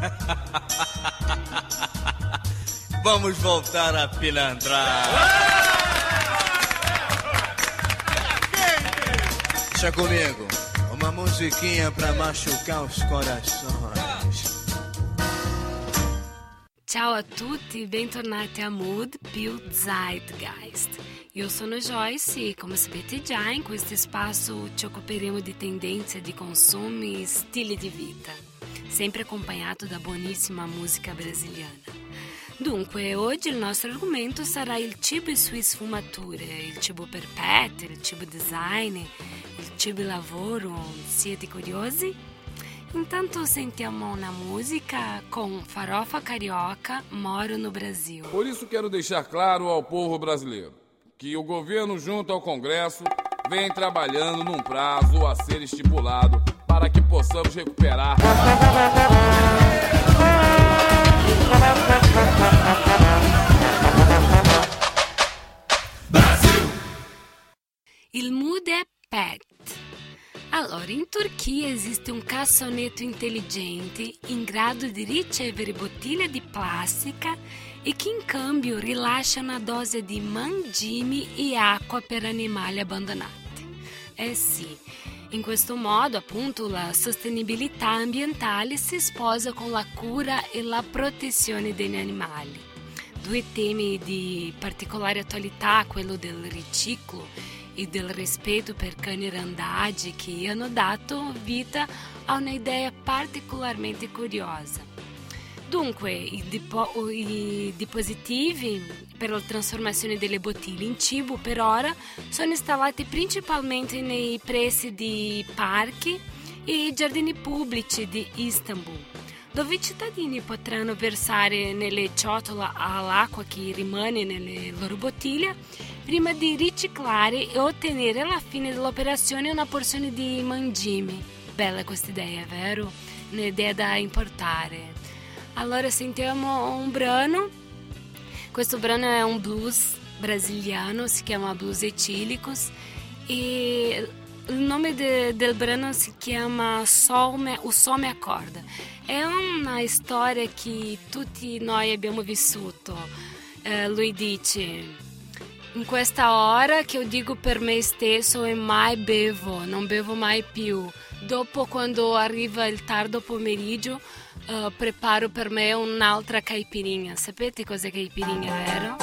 Vamos voltar a pilantrar. Deixa comigo, uma musiquinha pra machucar os corações. Ciao a tutti, bentornati a Mood più Zeitgeist. Io sono Joyce e come sapete già in questo spazio ci occuperemo di tendenze di consumo e stili di vita, sempre accompagnato da buonissima musica brasiliana. Dunque, oggi il nostro argomento sarà il cibo e sue sfumature, il cibo per pet, il cibo design, il cibo lavoro. Siete curiosi? Intanto sentiamo una musica com Farofa Carioca, Moro no Brasil. Por isso quero deixar claro ao povo brasileiro que o governo junto ao Congresso vem trabalhando num prazo a ser estipulado para que possamos recuperar. Brasil! Il mood è pet. Allora, in Turchia esiste un cassonetto intelligente in grado di ricevere bottiglie di plastica e che in cambio rilascia una dose di mangimi e acqua per animali abbandonati. Eh sì, in questo modo appunto la sostenibilità ambientale si sposa con la cura e la protezione degli animali. Due temi di particolare attualità, quello del riciclo e del rispetto per cani randagi, che hanno dato vita a un'idea particolarmente curiosa. Dunque, i dispositivi per la trasformazione delle bottiglie in cibo per ora sono installati principalmente nei pressi di parchi e giardini pubblici di Istanbul, dove i cittadini potranno versare nelle ciotole l'acqua che rimane nelle loro bottiglie prima di riciclare e ottenere alla fine dell'operazione una porzione di mangimi. Bella questa idea, vero? Un'idea da importare. Allora sentiamo un brano. Questo brano è un blues brasiliano, si chiama Blues Etílicos e il nome del brano si chiama O Sol Me Accorda. È una storia che tutti noi abbiamo vissuto. Lui dice: in questa ora che io dico per me stesso e mai bevo, non bevo mai più. Dopo, quando arriva il tardo pomeriggio, preparo per me un'altra caipirinha. Sapete cos'è caipirinha, vero?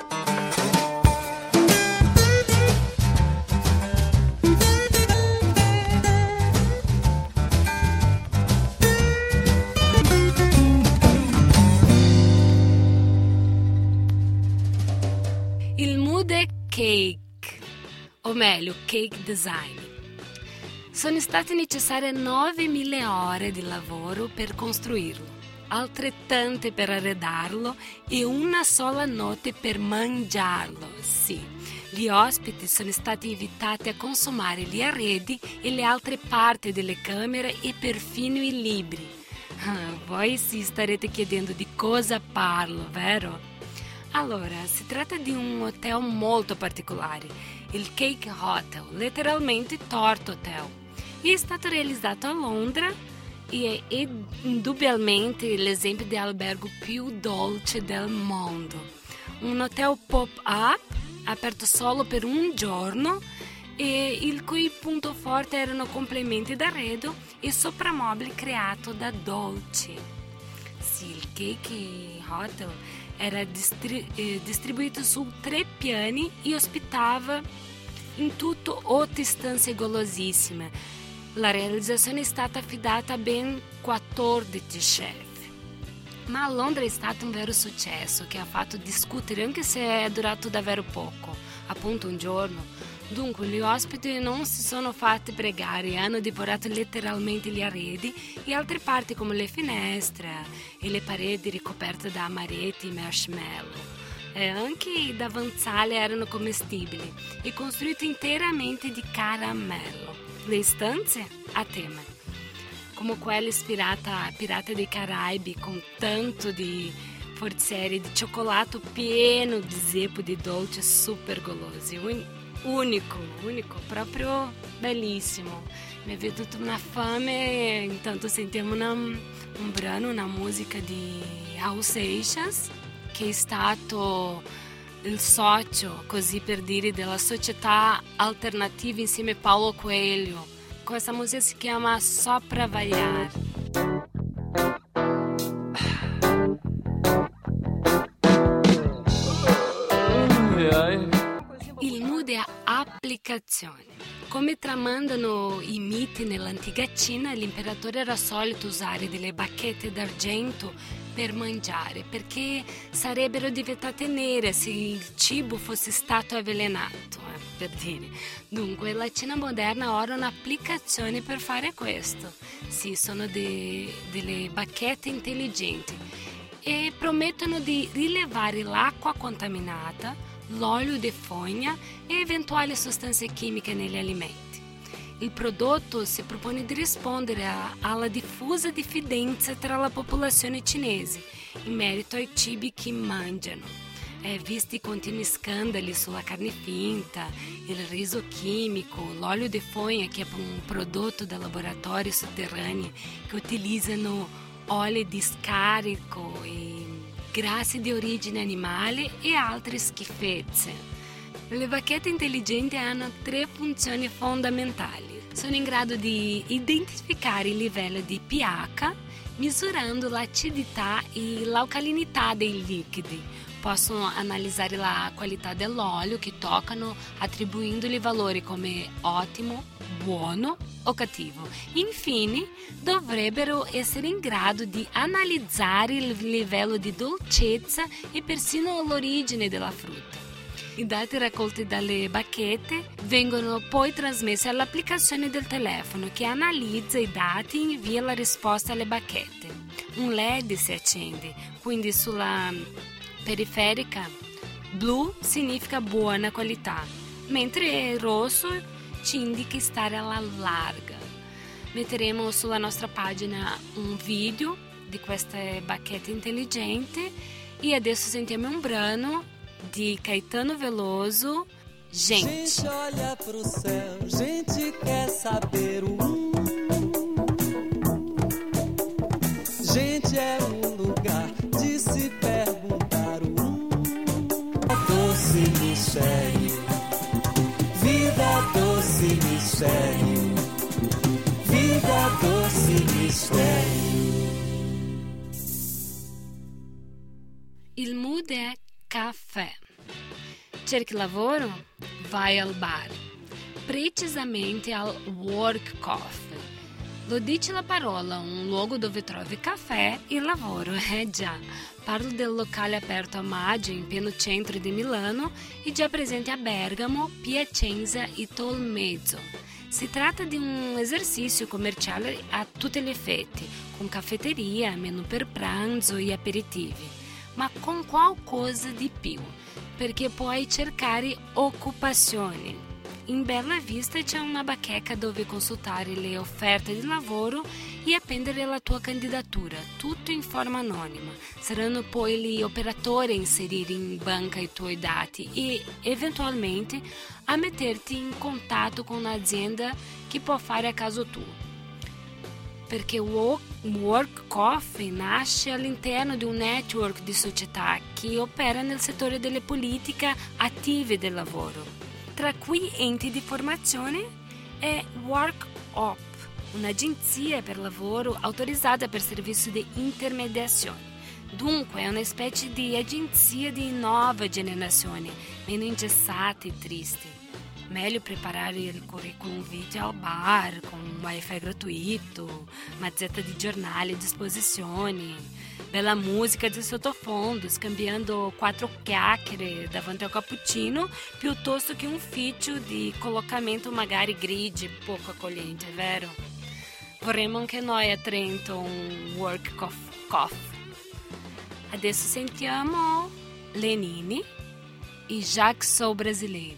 Il mood è cake, o meglio, cake design. Sono state necessarie 9.000 ore di lavoro per costruirlo, altrettante per arredarlo e una sola notte per mangiarlo. Sì, gli ospiti sono stati invitati a consumare gli arredi e le altre parti delle camere e perfino i libri. Voi si starete chiedendo di cosa parlo, vero? Allora, si tratta di un hotel molto particolare, il Cake Hotel, letteralmente Torta Hotel. È stato realizzato a Londra e è indubbiamente l'esempio di albergo più dolce del mondo. Un hotel pop-up aperto solo per un giorno e il cui punto forte erano complementi d'arredo e soprammobili creato da dolci. Sì, il Cake Hotel era distribuito su 3 piani e ospitava in tutto 8 stanze golosissime. La realizzazione è stata affidata a ben 14 chef. Ma a Londra è stato un vero successo che ha fatto discutere, anche se è durato davvero poco, appunto un giorno. Dunque gli ospiti non si sono fatti pregare e hanno divorato letteralmente gli arredi e altre parti come le finestre e le pareti ricoperte da amaretti e marshmallow. Anche i davanzali erano commestibili e costruiti interamente di caramello. Le stanze a tema, come quella ispirata a Pirata dei Caraibi, con tanto di forziere di cioccolato pieno di zeppo di dolci super golosi. Unico, proprio bellissimo. Mi è venuta una fame e intanto sentiamo un brano, una musica di Raul Seixas, che è stato il socio, così per dire, della società alternativa insieme a Paulo Coelho. Questa musica si chiama Sopravvagliar. Il mood è applicazione. Come tramandano i miti nell'antica Cina, l'imperatore era solito usare delle bacchette d'argento per mangiare, perché sarebbero diventate nere se il cibo fosse stato avvelenato, per dire. Dunque, la Cina moderna ora ha un'applicazione per fare questo. Sì, sono delle bacchette intelligenti e promettono di rilevare l'acqua contaminata, l'olio di fogna e eventuali sostanze chimiche negli alimenti. Il prodotto si propone di rispondere alla diffusa diffidenza tra la popolazione cinese in merito ai cibi che mangiano. Visti i continui scandali sulla carne finta, il riso chimico, l'olio di fogna, che è un prodotto da laboratori sotterranei che utilizzano oli di scarico e grassi di origine animale e altre schifezze. Le bacchette intelligenti hanno 3 funzioni fondamentali. Sono in grado di identificare il livello di pH misurando l'acidità e l'alcalinità dei liquidi. Possono analizzare la qualità dell'olio che toccano, attribuendogli valori come ottimo, buono o cattivo. Infine, dovrebbero essere in grado di analizzare il livello di dolcezza e persino l'origine della frutta. I dati raccolti dalle bacchette vengono poi trasmessi all'applicazione del telefono, che analizza i dati e invia la risposta alle bacchette. Un LED si accende, quindi sulla periferica blu significa buona qualità, mentre rosso ci indica stare alla larga. Metteremo sulla nostra pagina un video di queste bacchette intelligenti e adesso sentiamo un brano di Caetano Veloso, Gente. Gente olha pro céu, gente quer saber o Gente é lugar de se perguntar o Doce mistério, vida doce mistério, vida doce mistério. Il mood è caffè. Cerchi lavoro? Vai al bar. Precisamente al Work Coffee. Lo dice la parola, un luogo dove trovi caffè e lavoro. Già. Parlo del locale aperto a maggio in pieno centro di Milano e già presente a Bergamo, Piacenza e Tolmezzo. Si tratta di un esercizio commerciale a tutti gli effetti, con caffetteria, menù per pranzo e aperitivi, ma con qualcosa di più, perché puoi cercare occupazioni. In Bella Vista c'è una bacheca dove consultare le offerte di lavoro e appendere la tua candidatura, tutto in forma anonima. Saranno poi gli operatori a inserire in banca i tuoi dati e, eventualmente, a metterti in contatto con un'azienda che può fare a caso tuo. Perché Work Coffee nasce all'interno di un network di società che opera nel settore delle politiche attive del lavoro. Tra cui enti di formazione è WorkOp, un'agenzia per lavoro autorizzata per servizio di intermediazione. Dunque è una specie di agenzia di nuova generazione, meno ingessata e triste. Meglio preparare il curriculum vitae al bar, con wifi gratuito, mazzetta di giornali a disposizione, bella musica di sottofondo, scambiando 4 chiacchiere davanti al cappuccino, piuttosto che un ufficio di collocamento magari grigio e poco accogliente, vero? Vorremmo anche noi a Trento un Work Coffee. Adesso sentiamo Lenine e Já Que Sou Brasileiro.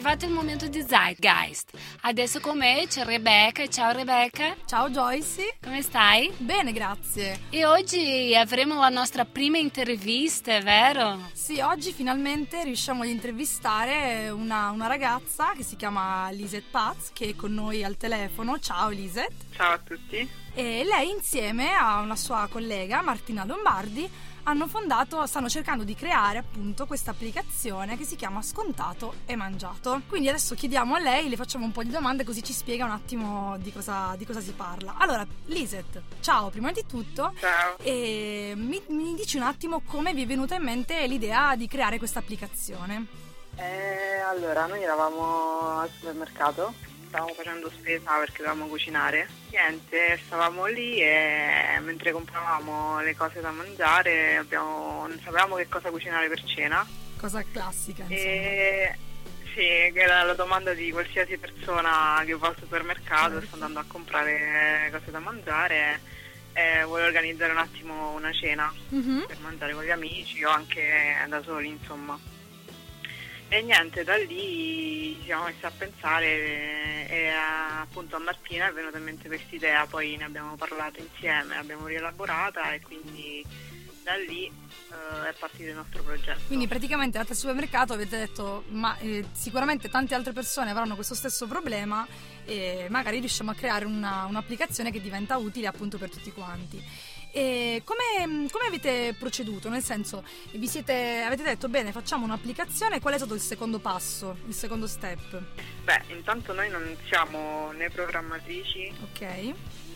arrivato il momento di Zeitgeist. Adesso con me c'è Rebecca. Ciao Rebecca. Ciao Joyce. Come stai? Bene, grazie. E oggi avremo la nostra prima intervista, vero? Sì, oggi finalmente riusciamo ad intervistare una ragazza che si chiama Lisette Paz, che è con noi al telefono. Ciao Lisette. Ciao a tutti. E lei insieme a una sua collega Martina Lombardi stanno cercando di creare appunto questa applicazione che si chiama Scontato e Mangiato. Quindi adesso chiediamo a lei, le facciamo un po' di domande così ci spiega un attimo di cosa si parla. Allora, Lisette, ciao prima di tutto. Ciao. E mi dici un attimo come vi è venuta in mente l'idea di creare questa applicazione? Allora, noi eravamo al supermercato, stavamo facendo spesa perché dovevamo cucinare. Niente, stavamo lì e mentre compravamo le cose da mangiare non sapevamo che cosa cucinare per cena. Cosa classica, insomma. Sì, che era la domanda di qualsiasi persona che va al supermercato, sta andando a comprare cose da mangiare e vuole organizzare un attimo una cena per mangiare con gli amici o anche da soli, insomma. E niente, da lì ci siamo messi a pensare e appunto a Martina è venuta in mente questa idea, poi ne abbiamo parlato insieme, l'abbiamo rielaborata e quindi da lì è partito il nostro progetto. Quindi praticamente andate al supermercato, avete detto ma sicuramente tante altre persone avranno questo stesso problema e magari riusciamo a creare un'applicazione che diventa utile appunto per tutti quanti. E come avete proceduto? Nel senso, avete detto bene, facciamo un'applicazione, qual è stato il secondo passo, il secondo step? Abbiamo intanto noi non siamo né programmatrici, ok,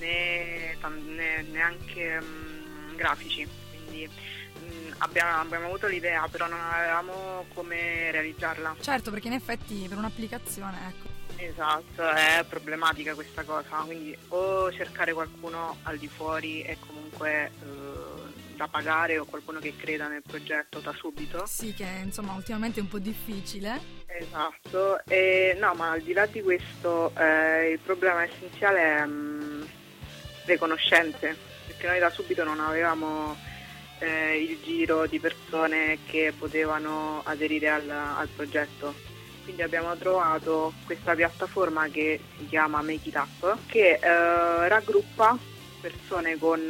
neanche grafici, quindi abbiamo avuto l'idea, però non avevamo come realizzarla. Certo, perché in effetti per un'applicazione, ecco. Esatto, è problematica questa cosa, quindi o cercare qualcuno al di fuori e comunque da pagare o qualcuno che creda nel progetto da subito. Sì, che insomma ultimamente è un po' difficile. Esatto, no, ma al di là di questo il problema essenziale è le conoscenze, perché noi da subito non avevamo il giro di persone che potevano aderire al progetto. Quindi abbiamo trovato questa piattaforma che si chiama Make It Up, che raggruppa persone con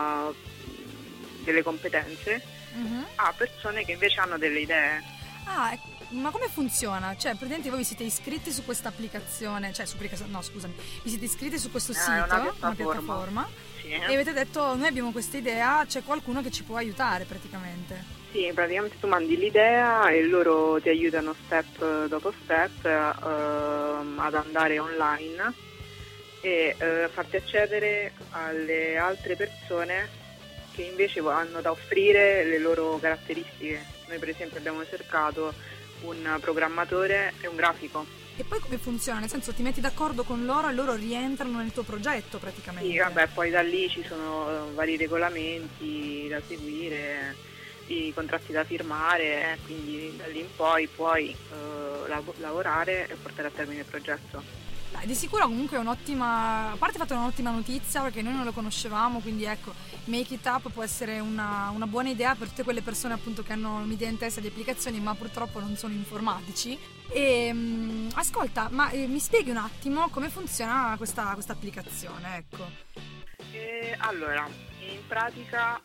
delle competenze a persone che invece hanno delle idee. Ah, ma come funziona? Cioè, praticamente voi vi siete iscritti su questa applicazione, vi siete iscritti su questo sito, una piattaforma. Sì. E avete detto, noi abbiamo questa idea, c'è qualcuno che ci può aiutare praticamente. Sì, praticamente tu mandi l'idea e loro ti aiutano step dopo step ad andare online e farti accedere alle altre persone che invece hanno da offrire le loro caratteristiche. Noi per esempio abbiamo cercato un programmatore e un grafico. E poi come funziona? Nel senso, ti metti d'accordo con loro e loro rientrano nel tuo progetto praticamente? Sì, vabbè, poi da lì ci sono vari regolamenti da seguire, i contratti da firmare, quindi da lì in poi puoi lavorare e portare a termine il progetto. Dai, di sicuro comunque è un'ottima, a parte fatto un'ottima notizia perché noi non lo conoscevamo, quindi ecco, Make It Up può essere una buona idea per tutte quelle persone appunto che hanno un'idea in testa di applicazioni ma purtroppo non sono informatici. E ascolta, ma mi spieghi un attimo come funziona questa applicazione, ecco. Allora, in pratica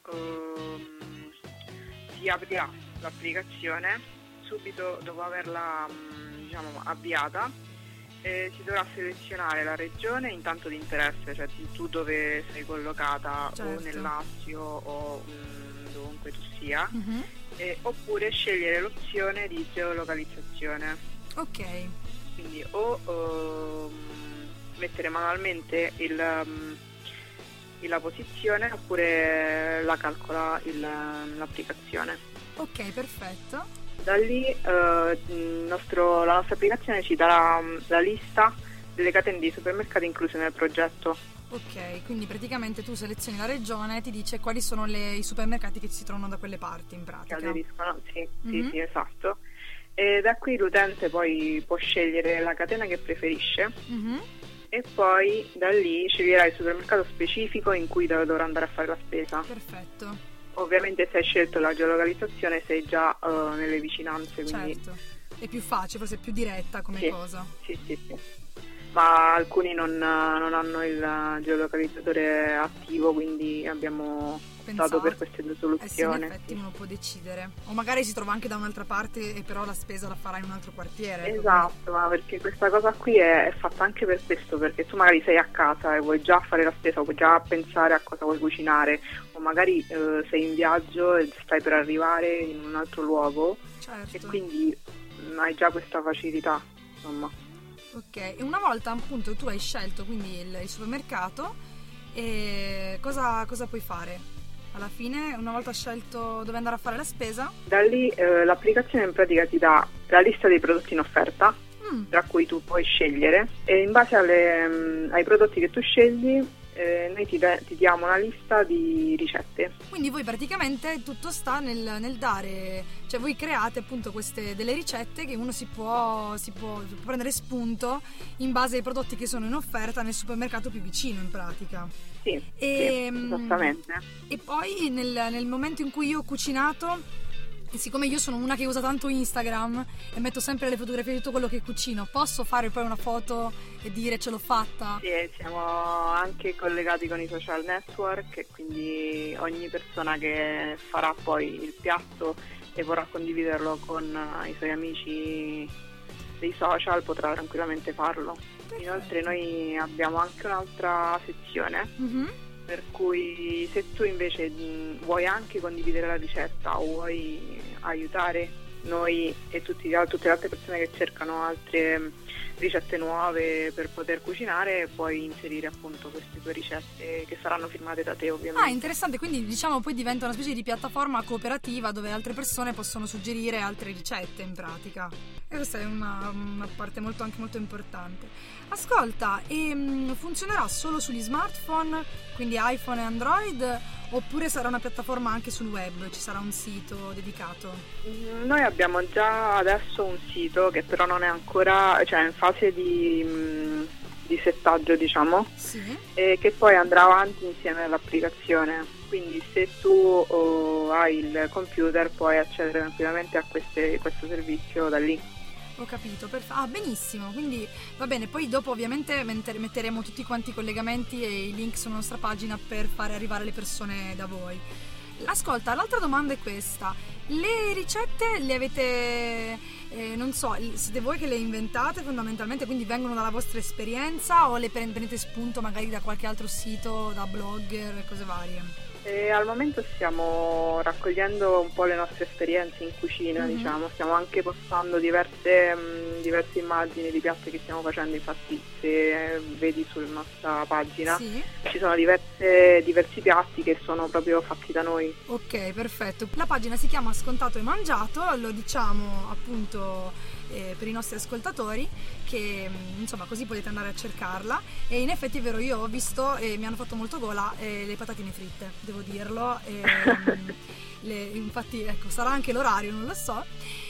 si aprirà l'applicazione subito dopo averla avviata. Si dovrà selezionare la regione intanto di interesse, cioè tu dove sei collocata, certo, o nel Lazio o dovunque tu sia, oppure scegliere l'opzione di geolocalizzazione. Ok. Quindi o mettere manualmente la posizione oppure la calcola l'applicazione. Ok, perfetto. Da lì la nostra applicazione ci darà la lista delle catene di supermercati incluse nel progetto. Ok, quindi praticamente tu selezioni la regione e ti dice quali sono i supermercati che si trovano da quelle parti in pratica. Che aderiscono, sì, esatto. E da qui l'utente poi può scegliere la catena che preferisce e poi da lì sceglierà il supermercato specifico in cui dovrà andare a fare la spesa. Perfetto. Ovviamente se hai scelto la geolocalizzazione sei già nelle vicinanze, quindi certo. è più facile, forse è più diretta come cosa. Sì. Ma alcuni non hanno il geolocalizzatore attivo, quindi abbiamo optato per queste due soluzioni. Sì, in effetti uno può decidere. O magari si trova anche da un'altra parte e però la spesa la farà in un altro quartiere. Esatto, ma perché questa cosa qui è fatta anche per questo, perché tu magari sei a casa e vuoi già fare la spesa, vuoi già pensare a cosa vuoi cucinare, o magari sei in viaggio e stai per arrivare in un altro luogo, certo. E quindi hai già questa facilità, insomma. Ok, e una volta appunto tu hai scelto quindi il supermercato, e cosa puoi fare? Alla fine, una volta scelto dove andare a fare la spesa? Da lì l'applicazione in pratica ti dà la lista dei prodotti in offerta, tra cui tu puoi scegliere, e in base ai prodotti che tu scegli noi ti diamo una lista di ricette. Quindi voi praticamente tutto sta nel dare, cioè voi create appunto queste delle ricette che uno si può prendere spunto in base ai prodotti che sono in offerta nel supermercato più vicino in pratica. Sì, esattamente. E poi nel momento in cui io ho cucinato, e siccome io sono una che usa tanto Instagram e metto sempre le fotografie di tutto quello che cucino, posso fare poi una foto e dire ce l'ho fatta? Sì, siamo anche collegati con i social network, e quindi ogni persona che farà poi il piatto e vorrà condividerlo con i suoi amici dei social potrà tranquillamente farlo. Perfetto. Inoltre noi abbiamo anche un'altra sezione, per cui se tu invece vuoi anche condividere la ricetta o vuoi aiutare noi e tutte le altre persone che cercano altre ricette nuove per poter cucinare, puoi inserire appunto queste tue ricette che saranno firmate da te, ovviamente. Interessante, quindi diciamo poi diventa una specie di piattaforma cooperativa dove altre persone possono suggerire altre ricette in pratica, e questa è una parte anche molto importante. Ascolta, funzionerà solo sugli smartphone, quindi iPhone e Android, oppure sarà una piattaforma anche sul web, ci sarà un sito dedicato? Noi abbiamo già adesso un sito che però non è ancora, cioè in fase di settaggio, diciamo, sì. E che poi andrà avanti insieme all'applicazione, quindi se tu hai il computer puoi accedere tranquillamente a questo servizio da lì. Ho capito, benissimo, quindi va bene, poi dopo ovviamente metteremo tutti quanti i collegamenti e i link sulla nostra pagina per fare arrivare le persone da voi. Ascolta, l'altra domanda è questa: le ricette le avete, non so, siete voi che le inventate fondamentalmente, quindi vengono dalla vostra esperienza, o le prendete spunto magari da qualche altro sito, da blogger e cose varie? Al momento stiamo raccogliendo un po' le nostre esperienze in cucina, diciamo, stiamo anche postando diverse immagini di piatti che stiamo facendo, infatti se vedi sulla nostra pagina ci sono diversi piatti che sono proprio fatti da noi. Ok, perfetto. La pagina si chiama Scontato e Mangiato, lo diciamo appunto per i nostri ascoltatori, che insomma così potete andare a cercarla, e in effetti è vero, io ho visto e mi hanno fatto molto gola le patatine fritte, devo dirlo, infatti ecco, sarà anche l'orario, non lo so.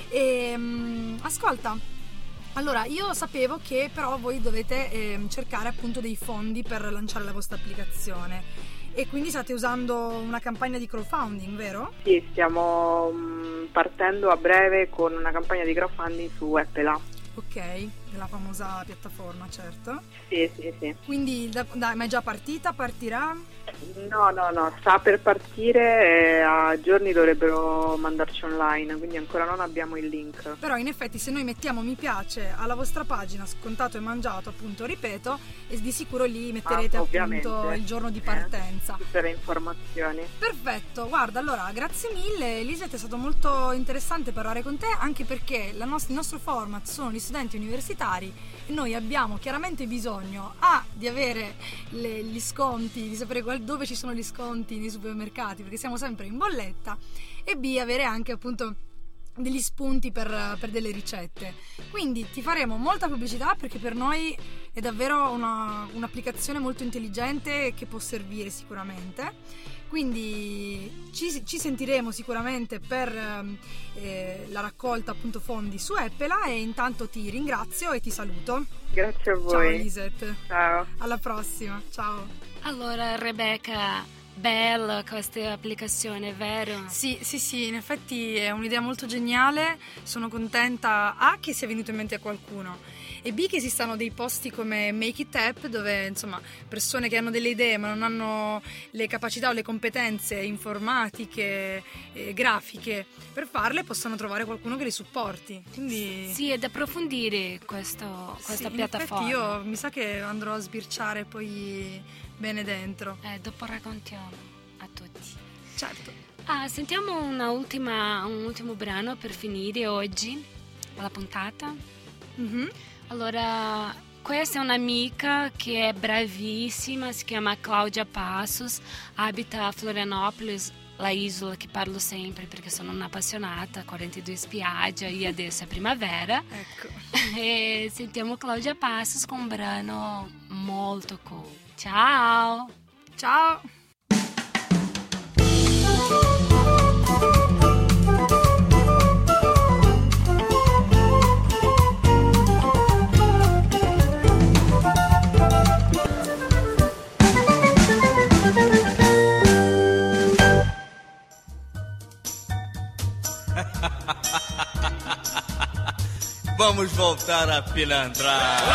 Ascolta, allora io sapevo che però voi dovete cercare appunto dei fondi per lanciare la vostra applicazione, e quindi state usando una campagna di crowdfunding, vero? Sì, stiamo partendo a breve con una campagna di crowdfunding su Apple. Ok, la famosa piattaforma, certo. Sì. Quindi ma è già partita? Partirà? No, sta per partire, a giorni dovrebbero mandarci online, quindi ancora non abbiamo il link. Però in effetti se noi mettiamo mi piace alla vostra pagina Scontato e Mangiato, appunto, ripeto, e di sicuro lì metterete appunto il giorno di partenza, tutte le informazioni. Perfetto, guarda, allora grazie mille Elisabeth, è stato molto interessante parlare con te, anche perché il nostro format sono gli studenti universitari e noi abbiamo chiaramente bisogno di avere gli sconti, di sapere dove ci sono gli sconti nei supermercati, perché siamo sempre in bolletta, e B, avere anche appunto degli spunti per delle ricette. Quindi ti faremo molta pubblicità, perché per noi è davvero un'applicazione molto intelligente che può servire sicuramente. Quindi ci sentiremo sicuramente per la raccolta appunto fondi su Apple, e intanto ti ringrazio e ti saluto. Grazie a voi. Ciao Elisabeth. Ciao. Alla prossima. Ciao. Allora Rebecca, Bella questa applicazione, vero? Sì, in effetti è un'idea molto geniale, sono contenta A che sia venuto in mente a qualcuno e B che esistano dei posti come Make It App dove insomma persone che hanno delle idee ma non hanno le capacità o le competenze informatiche e grafiche per farle possono trovare qualcuno che li supporti. Quindi sì, è da approfondire questa piattaforma. In effetti io mi sa che andrò a sbirciare poi bene dentro. Dopo raccontiamo a tutti. Certo. Sentiamo un ultimo brano per finire oggi la puntata. Mm-hmm. Allora, questa è un'amica che è bravissima, si chiama Cláudia Passos, abita a Florianópolis, la isola che parlo sempre perché sono un'appassionata, 42 spiagge e adesso è primavera. Ecco. E sentiamo Cláudia Passos con un brano molto cool. Ciao! Ciao! Vamos voltar a pilantrar.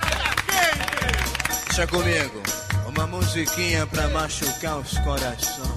Deixa comigo, uma musiquinha pra machucar os corações.